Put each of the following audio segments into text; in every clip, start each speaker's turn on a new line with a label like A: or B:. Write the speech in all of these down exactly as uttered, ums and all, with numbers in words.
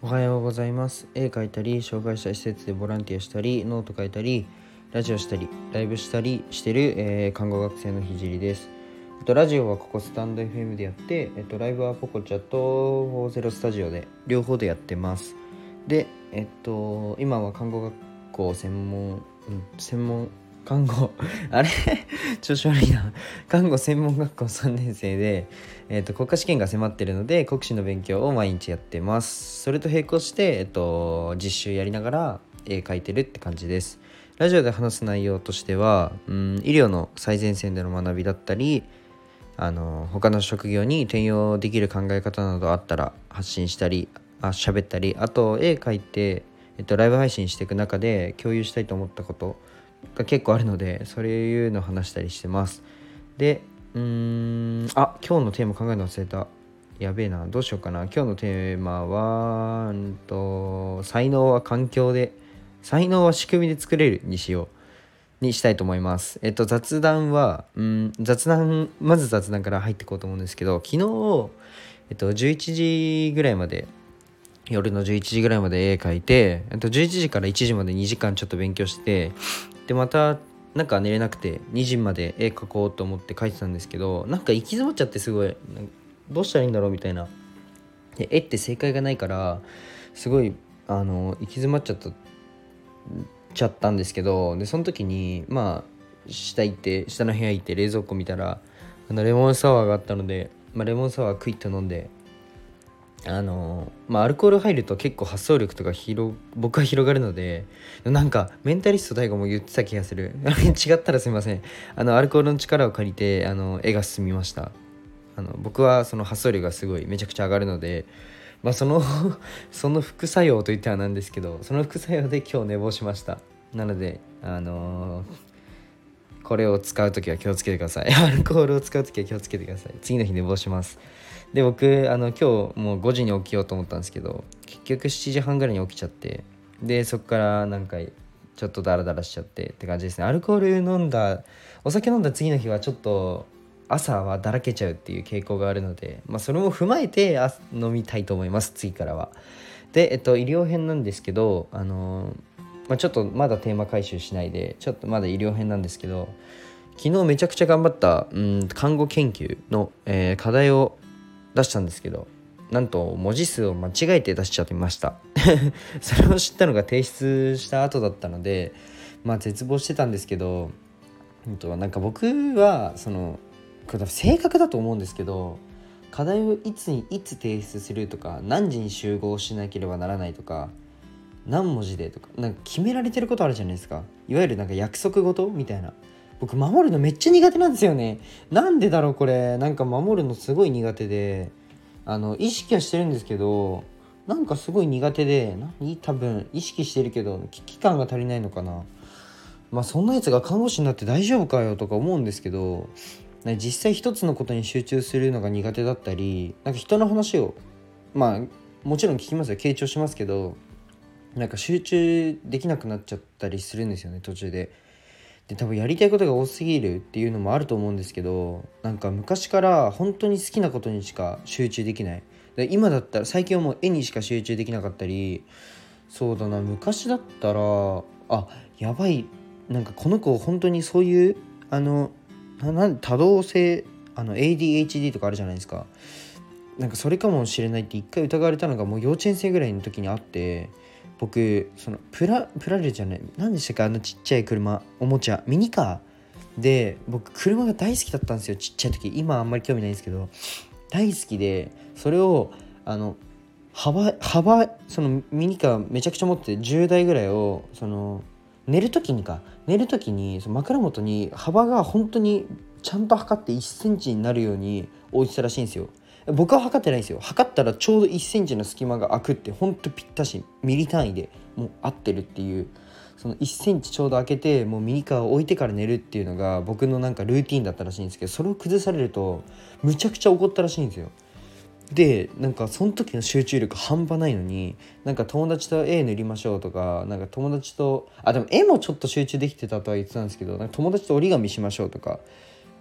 A: はようございます。絵描いたり、紹介した施設でボランティアしたり、ノート書いたり、ラジオしたり、ライブしたりしてる、えー、看護学生のひじりです。えっと、ラジオはここスタンド エフエム でやって、えっと、ライブはポコチャとフォーゼロスタジオで両方でやってます。で、えっと、今は看護学校専門、うん、専門看護あれ調子悪いな看護専門学校さんねん生で、えー、と国家試験が迫っているので国試の勉強を毎日やってます。それと並行して、えー、と実習やりながら絵描いてるって感じです。ラジオで話す内容としては、うん、医療の最前線での学びだったり、あの他の職業に転用できる考え方などあったら発信したりあ喋ったり、あと絵描いて、えー、とライブ配信していく中で共有したいと思ったことが結構あるので、そういうのを話したりしてます。で、うーんあ今日のテーマ考えるの忘れた。やべえな、どうしようかな。今日のテーマはんと才能は環境で才能は仕組みで作れるにしようにしたいと思います。えっと雑談はうん雑談まず雑談から入っていこうと思うんですけど、昨日えっとじゅういちじぐらいまで夜のじゅういちじぐらいまで絵描いて、えっとじゅういちじからいちじまでにじかんちょっと勉強して、でまたなんか寝れなくてにじまで絵描こうと思って描いてたんですけど、なんか行き詰まっちゃって、すごいどうしたらいいんだろうみたいな。で絵って正解がないからすごいあの行き詰まっちゃったちゃったんですけど、でその時にまあ下行って下の部屋行って冷蔵庫見たらあのレモンサワーがあったので、まあ、レモンサワークイッと飲んで、あのまあアルコール入ると結構発想力とか広僕は広がるので、なんかメンタリスト大悟も言ってた気がする違ったらすいません。あのアルコールの力を借りてあの絵が進みました。あの僕はその発想力がすごいめちゃくちゃ上がるので、まあそのその副作用といってはなんですけど、その副作用で今日寝坊しました。なのであのーこれを使うときは気をつけてくださいアルコールを使うときは気をつけてください。次の日寝坊します。で僕あの今日もうごじに起きようと思ったんですけど、結局しちじはんぐらいに起きちゃって、でそこから何回ちょっとダラダラしちゃってって感じですね。アルコール飲んだお酒飲んだ次の日はちょっと朝はだらけちゃうっていう傾向があるので、まあ、それも踏まえて飲みたいと思います、次からは。で、えっと、医療編なんですけど、あのまあ、ちょっとまだテーマ回収しないで、ちょっとまだ医療編なんですけど、昨日めちゃくちゃ頑張った、うん、看護研究の、えー課題を出したんですけど、なんと文字数を間違えて出しちゃってましたそれを知ったのが提出した後だったので、まあ絶望してたんですけど、本当はなんか僕はそのこれ正確だと思うんですけど、課題をいつにいつ提出するとか、何時に集合しなければならないとか、何文字でとか、なんか決められてることあるじゃないですか。いわゆるなんか約束事みたいな。僕守るのめっちゃ苦手なんですよね。なんでだろうこれ。なんか守るのすごい苦手で、あの意識はしてるんですけど、なんかすごい苦手で、何多分意識してるけど危機感が足りないのかな。まあそんなやつが看護師になって大丈夫かよとか思うんですけど、実際一つのことに集中するのが苦手だったり、なんか人の話をまあもちろん聞きますよ、傾聴しますけど、なんか集中できなくなっちゃったりするんですよね、途中で。で多分やりたいことが多すぎるっていうのもあると思うんですけど、なんか昔から本当に好きなことにしか集中できない。で今だったら最近はもう絵にしか集中できなかったり、そうだな、昔だったらあやばい、なんかこの子本当にそういうあのななん多動性あの エーディーエイチディー とかあるじゃないですか。なんかそれかもしれないって一回疑われたのがもう幼稚園生ぐらいの時にあって、僕そのプラプラレじゃない何でしたか、あのちっちゃい車おもちゃミニカーで、僕車が大好きだったんですよ、ちっちゃい時。今あんまり興味ないんですけど大好きで、それをあの幅幅そのミニカーめちゃくちゃ持ってじゅうだいぐらいをその寝る時にか寝る時にその枕元に幅が本当にちゃんと測っていっセンチになるように置いてたらしいんですよ。僕は測ってないんですよ。測ったらちょうどいっセンチの隙間が空くって、ほんとぴったしミリ単位でもう合ってるっていう、そのいっセンチちょうど開けてもうミニカーを置いてから寝るっていうのが僕のなんかルーティンだったらしいんですけど、それを崩されるとむちゃくちゃ怒ったらしいんですよ。でなんかその時の集中力半端ないのに、なんか友達と絵塗りましょうとか、なんか友達とあでも絵もちょっと集中できてたとは言ってたんですけど、なんか友達と折り紙しましょうとか、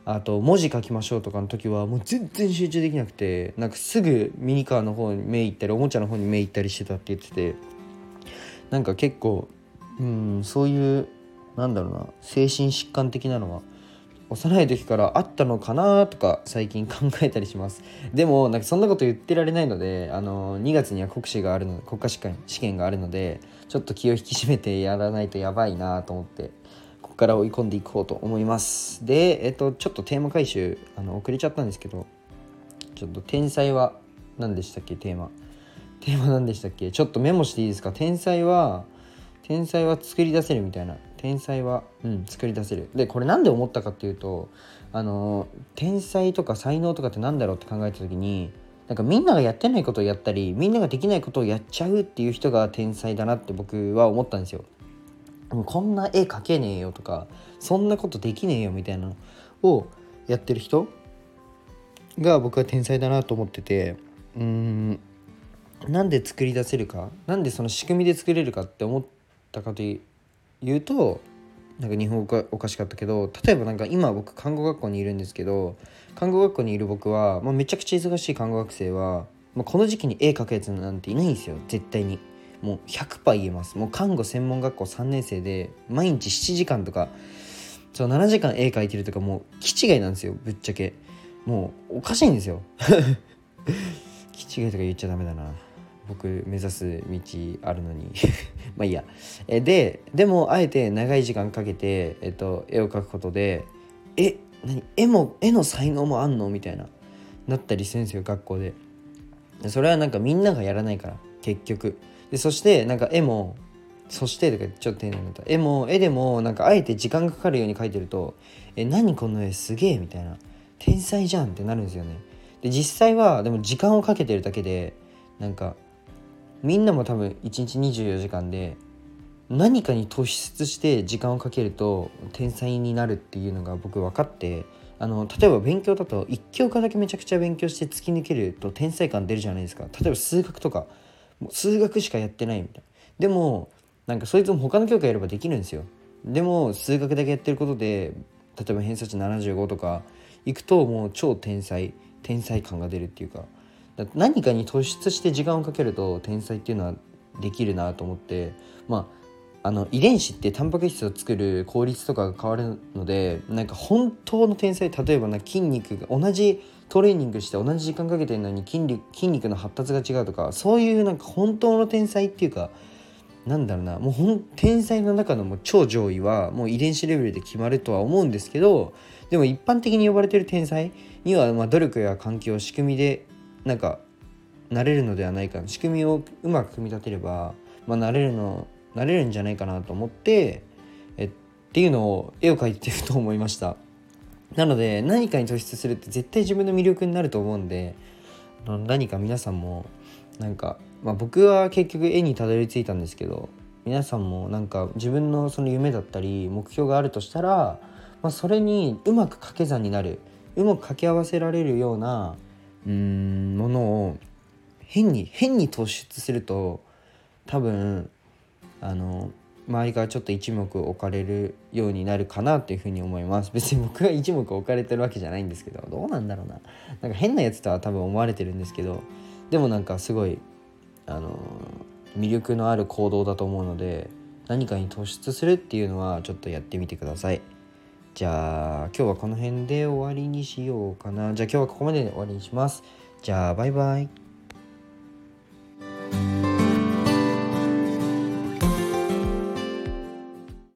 A: あと文字書きましょうとかの時はもう全然集中できなくて、なんかすぐミニカーの方に目いったりおもちゃの方に目いったりしてたって言ってて、なんか結構うんそういうなんだろうな精神疾患的なのは幼い時からあったのかなとか最近考えたりします。でもなんかそんなこと言ってられないので、あのにがつには国試があるの国家試験試験があるので、ちょっと気を引き締めてやらないとやばいなと思って、ここから追い込んでいこうと思います。で、えっとちょっとテーマ回収あの遅れちゃったんですけど、ちょっと天才は何でしたっけ。テーマテーマ何でしたっけ。ちょっとメモしていいですか。天才は天才は作り出せるみたいな。天才はうん作り出せる。でこれなんで思ったかっていうと、あの天才とか才能とかってなんだろうって考えた時に、なんかみんながやってないことをやったり、みんなができないことをやっちゃうっていう人が天才だなって僕は思ったんですよ。もうこんな絵描けねえよとか、そんなことできねえよみたいなのをやってる人が僕は天才だなと思ってて、うーんなんで作り出せるか、なんでその仕組みで作れるかって思ったかというと、なんか日本語がおかしかったけど、例えばなんか今僕看護学校にいるんですけど、看護学校にいる僕は、まあ、めちゃくちゃ忙しい看護学生は、まあ、この時期に絵描くやつなんていないんですよ。絶対にもう ひゃくパーセント 言えます。もう看護専門学校さんねん生で毎日しちじかんとかそうななじかん絵描いてるとか、もう気違いなんですよ。ぶっちゃけもうおかしいんですよ気違いとか言っちゃダメだな、僕目指す道あるのにまあいいや。えででもあえて長い時間かけて、えっと、絵を描くことで、え何絵も絵の才能もあんのみたいななったりするんですよ、学校で。それはなんかみんながやらないから結局で、そしてなんか絵もそしてとかちょっと丁寧になった、絵も絵でもなんかあえて時間がかかるように描いてると、え何この絵すげえみたいな、天才じゃんってなるんですよね。で実際はでも時間をかけてるだけで、なんかみんなも多分いちにちにじゅうよじかんで何かに突出して時間をかけると天才になるっていうのが僕分かって、あの例えば勉強だといっ教科だけめちゃくちゃ勉強して突き抜けると天才感出るじゃないですか。例えば数学とかもう数学しかやってないみたいな。でもなんかそいつも他の教科やればできるんですよ。でも数学だけやってることで、例えば偏差値ななじゅうごとかいくともう超天才天才感が出るっていうか、だ何かに突出して時間をかけると天才っていうのはできるなと思って、まああの遺伝子ってタンパク質を作る効率とかが変わるので、なんか本当の天才、例えばな筋肉が同じトレーニングして同じ時間かけてるのに筋力、筋肉の発達が違うとか、そういうなんか本当の天才っていうか、なんだろうな、もうほん天才の中のもう超上位はもう遺伝子レベルで決まるとは思うんですけど、でも一般的に呼ばれてる天才にはまあ努力や環境仕組みでなんかなれるのではないか、仕組みをうまく組み立てれば、まあ、なれるのなれるんじゃないかなと思ってえっていうのを絵を描いてると思いました。なので何かに突出するって絶対自分の魅力になると思うんで、何か皆さんもなんか、まあ、僕は結局絵にたどり着いたんですけど、皆さんもなんか自分のその夢だったり目標があるとしたら、まあ、それにうまく掛け算になる、うまく掛け合わせられるようなうーんものを変に変に突出すると、多分あの周りからちょっと一目置かれるようになるかなっていうふうに思います。別に僕が一目置かれてるわけじゃないんですけど、どうなんだろうな、なんか変なやつとは多分思われてるんですけど、でもなんかすごいあの魅力のある行動だと思うので、何かに突出するっていうのはちょっとやってみてください。じゃあ今日はこの辺で終わりにしようかな。じゃあ今日はここまでで終わりにします。じゃあバイバイ。